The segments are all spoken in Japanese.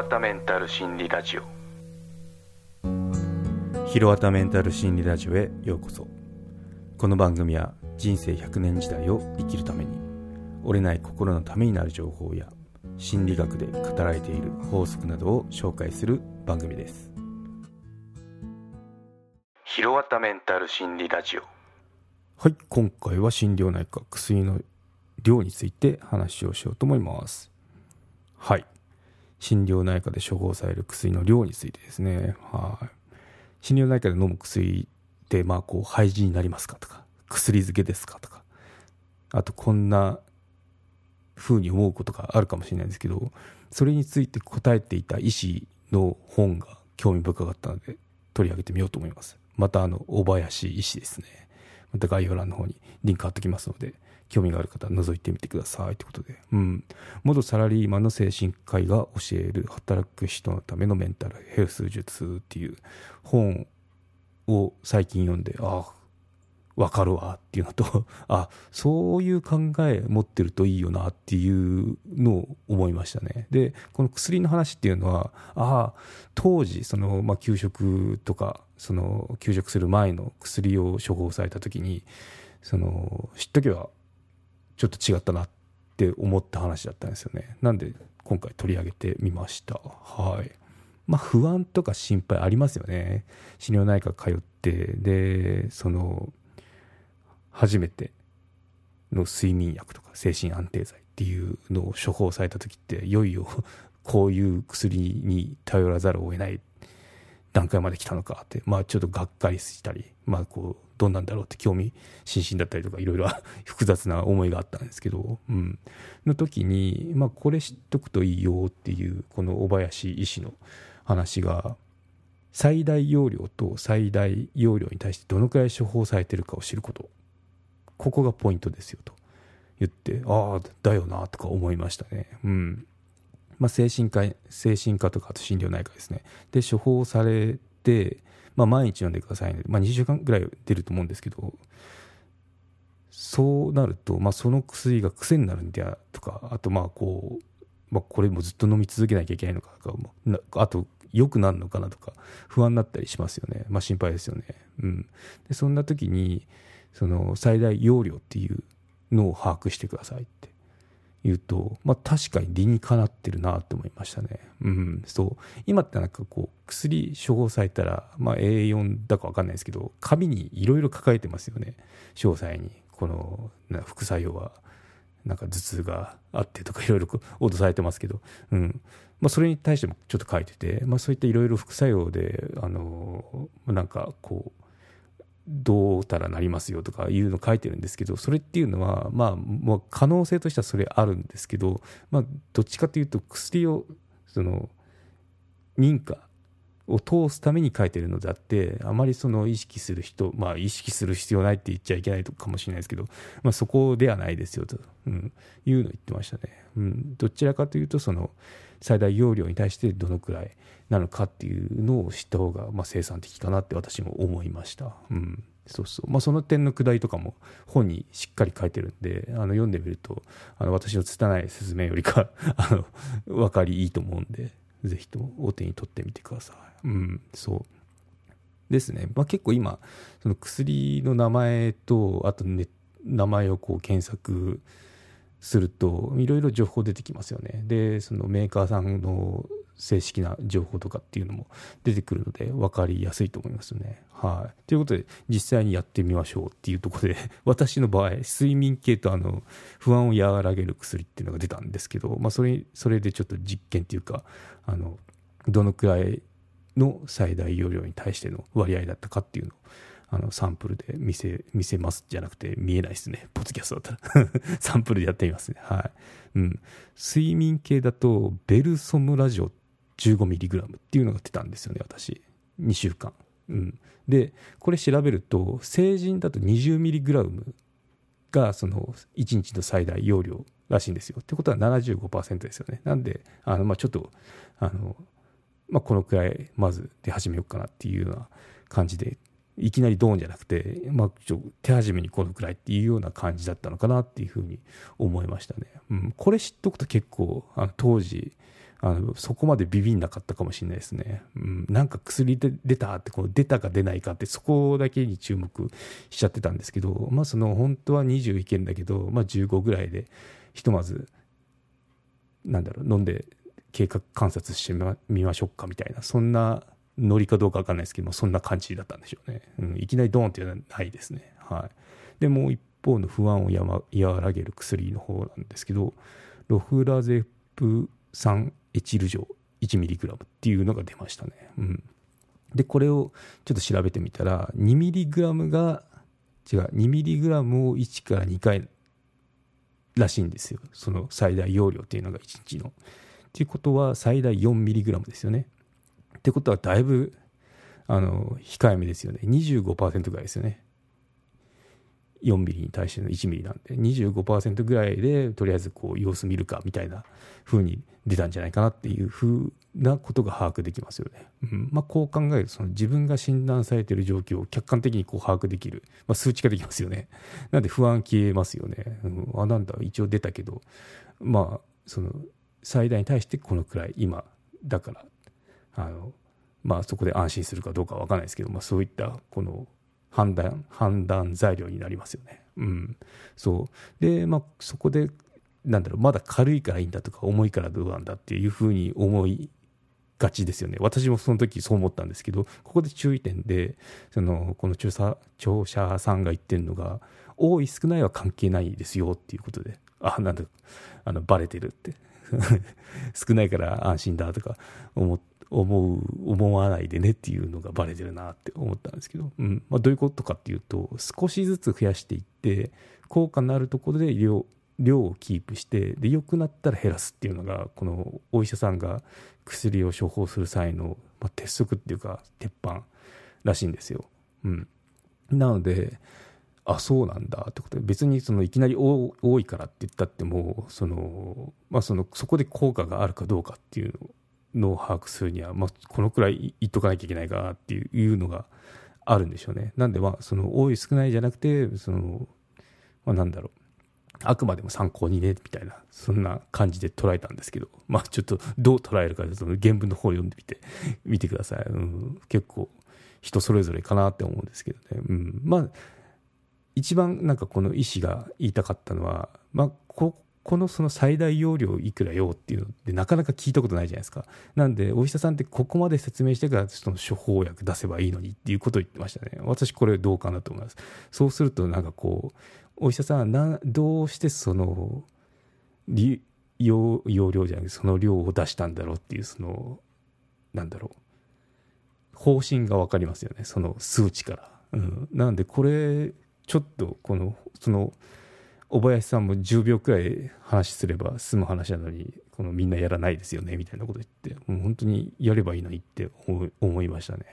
わたメンタル心理ラジオ。 ひろわたメンタル心理ラジオへようこそ。この番組は人生100年時代を生きるために折れない心のためになる情報や心理学で語られている法則などを紹介する番組です。 ひろわたメンタル心理ラジオ。 はい、今回は心療内科薬の量について話をしようと思います。はい、心療内科で処方される薬の量についてですね。はい、心療内科で飲む薬って廃人になりますかとか、薬漬けですかとか、あとこんな風に思うことがあるかもしれないんですけど、それについて答えていた医師の本が興味深かったので取り上げてみようと思います。また大林医師ですね。また概要欄の方にリンク貼っておきますので、興味がある方は覗いてみてくださいということで、元サラリーマンの精神科医が教える働く人のためのメンタルヘルス術っていう本を最近読んで、わかるわっていうのとそういう考え持ってるといいよなっていうのを思いましたね。で、この薬の話っていうのは当時給食とか給食する前の薬を処方された時に知っとけばちょっと違ったなって思った話だったんですよね。なんで今回取り上げてみました。はい。不安とか心配ありますよね。心療内科通ってで初めての睡眠薬とか精神安定剤っていうのを処方された時って、いよいよこういう薬に頼らざるを得ない段階まで来たのかって、ちょっとがっかりしたり、どんなんだろうって興味津々だったりとか、いろいろ複雑な思いがあったんですけど、の時に、これ知っとくといいよっていうこの小林医師の話が、最大容量と最大容量に対してどのくらい処方されているかを知ること、ここがポイントですよと言って、だよなとか思いましたね。精神科とかあと心療内科ですね。で処方されて、毎日飲んでくださいね。2週間ぐらい出ると思うんですけど、そうなると、その薬が癖になるんだとか、あとこれもずっと飲み続けなきゃいけないのかとか、あと良くなるのかなとか不安になったりしますよね。心配ですよね。でそんな時に最大容量っていうのを把握してくださいって言うと、確かに理にかなってるなって思いましたね。今って薬処方されたら、A4 だか分かんないですけど、紙にいろいろ書かれてますよね。詳細にこの副作用は頭痛があってとかいろいろ脅されてますけど、それに対してもちょっと書いてて、そういったいろいろ副作用でどうたらなりますよとかいうの書いてるんですけど、それっていうのはもう可能性としてはそれあるんですけど、どっちかというと薬を認可を通すために書いてるのであって、あまり意識する人、意識する必要ないって言っちゃいけないかもしれないですけど、そこではないですよと、いうのを言ってましたね。どちらかというと最大容量に対してどのくらいなのかっていうのを知った方が生産的かなって私も思いました。その点のくだりとかも本にしっかり書いてるんで、読んでみると私の拙い説明よりか分かりいいと思うんで、ぜひとお手に取ってみてください。そうですね。結構今薬の名前とあと名前を検索するといろいろ情報出てきますよね。でメーカーさんの正式な情報とかっていうのも出てくるので分かりやすいと思いますね。ということで実際にやってみましょうっていうところで、私の場合睡眠系と不安を和らげる薬っていうのが出たんですけど、それでちょっと実験っていうかどのくらいの最大容量に対しての割合だったかっていうのをサンプルで見せますじゃなくて、見えないですね、ポッドキャストだったらサンプルでやってみますね。睡眠系だとベルソムラジオ 15mg っていうのが出たんですよね、私2週間。でこれ調べると成人だと 20mg が1日の最大容量らしいんですよ。ってことは 75% ですよね。なんでちょっとこのくらいまず出始めようかなっていうような感じで、いきなりドーンじゃなくて、手始めにこのくらいっていうような感じだったのかなっていうふうに思いましたね。これ知っとくと結構当時そこまでビビんなかったかもしれないですね。なんか薬で出たってこう出たか出ないかってそこだけに注目しちゃってたんですけど、その本当は20いけんだけど、15ぐらいでひとまず飲んで経過観察してみましょうかみたいな、そんなノリかどうか分かんないですけども、そんな感じだったんでしょうね。いきなりドーンっていうのはないですね。はい。でもう一方の不安を和らげる薬の方なんですけど、ロフラゼプ酸エチル錠 1mg っていうのが出ましたね。でこれをちょっと調べてみたら 2mg を1から2回らしいんですよ。その最大容量っていうのが1日の。っていうことは最大 4mg ですよね。ってことはだいぶ控えめですよね。 25% ぐらいですよね。4ミリに対しての1ミリなんで 25% ぐらいでとりあえずこう様子見るかみたいな風に出たんじゃないかなっていう風なことが把握できますよね。こう考えるとその自分が診断されている状況を客観的にこう把握できる、数値化できますよね。なんで不安消えますよね。なんだ一応出たけどその最大に対してこのくらい今だからそこで安心するかどうかは分からないですけど、そういったこの判断材料になりますよね。そうでそこでまだ軽いからいいんだとか重いからどうなんだっていうふうに思いがちですよね。私もその時そう思ったんですけど、ここで注意点でこの著者さんが言ってるのが、多い少ないは関係ないですよっていうことで、バレてるって少ないから安心だとか思わないでねっていうのがバレてるなって思ったんですけど、どういうことかっていうと、少しずつ増やしていって効果のあるところで量をキープして、で良くなったら減らすっていうのがこのお医者さんが薬を処方する際の、鉄則っていうか鉄板らしいんですよ。なのでそうなんだってことで、別にいきなり多いからって言ったってもそこで効果があるかどうかっていうのを把握するには、このくらい言っとかなきゃいけないかなっていうのがあるんでしょうね。なんで多い少ないじゃなくてあくまでも参考にねみたいな、そんな感じで捉えたんですけど、ちょっとどう捉えるかでその原文の方を読んでみてください。結構人それぞれかなって思うんですけどね。一番この医師が言いたかったのは、このその最大容量いくらよっていうのってなかなか聞いたことないじゃないですか。なんでお医者さんってここまで説明してからその処方薬出せばいいのにっていうことを言ってましたね。私これどうかなと思います。そうするとお医者さんはどうしてその容量じゃなくてその量を出したんだろうっていう方針が分かりますよね、その数値から。なんでこれちょっとその小林さんも10秒くらい話すれば済む話なのにみんなやらないですよねみたいなこと言って、もう本当にやればいいのにって思いましたね。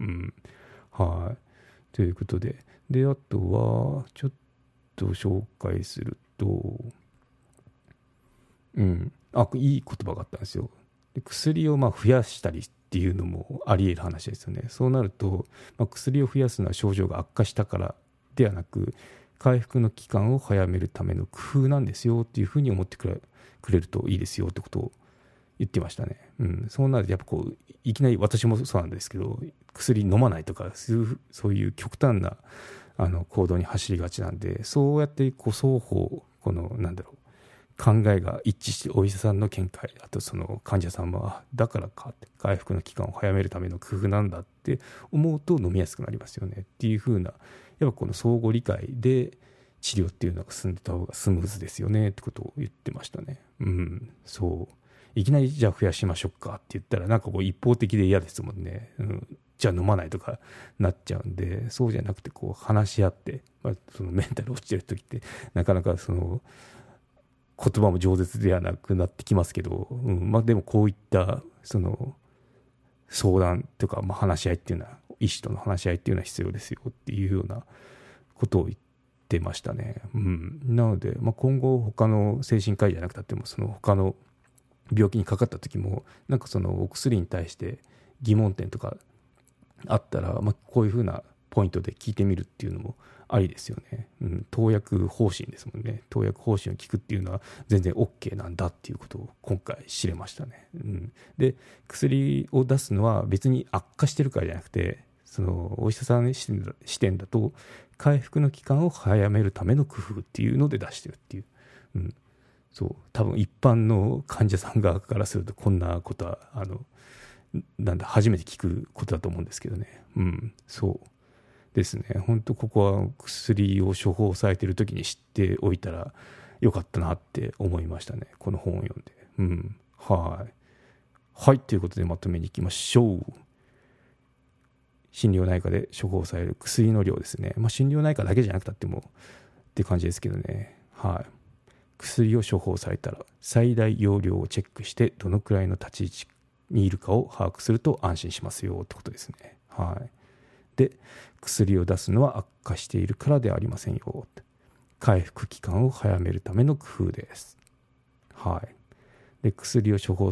ということで、あとはちょっと紹介するといい言葉があったんですよ。で薬を増やしたりっていうのもあり得る話ですよね。そうなると、薬を増やすのは症状が悪化したからではなく、回復の期間を早めるための工夫なんですよっていうふうに思ってくれるといいですよってことを言ってましたね。そうなるとやっぱいきなり、私もそうなんですけど、薬飲まないとかそういう極端な行動に走りがちなんで、そうやって双方考えが一致して、お医者さんの見解、あとその患者さんもだからかって回復の期間を早めるための工夫なんだって思うと飲みやすくなりますよねっていう風な、やっぱ相互理解で治療っていうのが進んでた方がスムーズですよねってことを言ってましたね。そういきなりじゃあ増やしましょうかって言ったら一方的で嫌ですもんね。じゃあ飲まないとかなっちゃうんで、そうじゃなくて話し合って、そのメンタル落ちてる時ってなかなかその言葉も饒舌ではなくなってきますけど、でもこういったその相談とか、話し合いっていうのは、医師との話し合いっていうのは必要ですよっていうようなことを言ってましたね。なので、今後他の精神科医じゃなくたってもその他の病気にかかった時もそのお薬に対して疑問点とかあったら、こういうふうなポイントで聞いてみるっていうのもありですよね。投薬方針ですもんね。投薬方針を聞くっていうのは全然 OK なんだっていうことを今回知れましたね。で、薬を出すのは別に悪化してるからじゃなくて、そのお医者さん視点だと回復の期間を早めるための工夫っていうので出してるっていう、そう多分一般の患者さん側からするとこんなことは初めて聞くことだと思うんですけどね。そうですね。本当ここは薬を処方されている時に知っておいたらよかったなって思いましたね、この本を読んで。はいということでまとめにいきましょう。心療内科で処方される薬の量ですね。心療内科だけじゃなくたってもって感じですけどね。薬を処方されたら最大容量をチェックしてどのくらいの立ち位置にいるかを把握すると安心しますよってことですね。で、薬を出すのは悪化しているからではありませんよ。回復期間を早めるための工夫です。で、薬を処方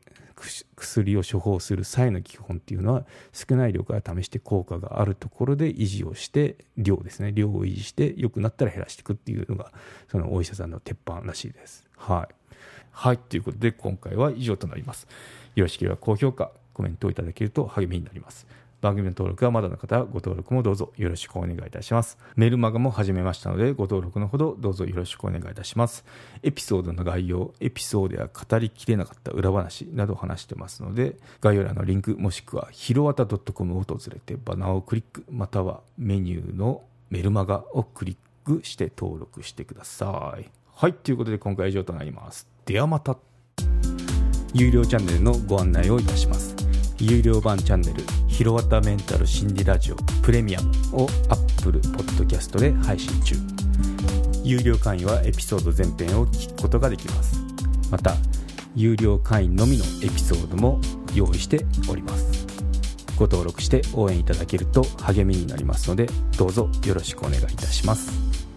する際の基本っていうのは少ない量から試して効果があるところで維持をして量を維持して良くなったら減らしていくっていうのがそのお医者さんの鉄板らしいです。ということで今回は以上となります。よろしければ高評価コメントをいただけると励みになります。番組の登録はまだの方はご登録もどうぞよろしくお願いいたします。メルマガも始めましたのでご登録のほどどうぞよろしくお願いいたします。エピソードの概要、エピソードや語りきれなかった裏話など話してますので、概要欄のリンクもしくはひろわた .com を訪れてバナーをクリック、またはメニューのメルマガをクリックして登録してください。ということで今回は以上となります。ではまた。有料チャンネルのご案内をいたします。有料版チャンネルひろわたメンタル心理ラジオプレミアムを Apple Podcast で配信中。有料会員はエピソード全編を聞くことができます。また有料会員のみのエピソードも用意しております。ご登録して応援いただけると励みになりますのでどうぞよろしくお願いいたします。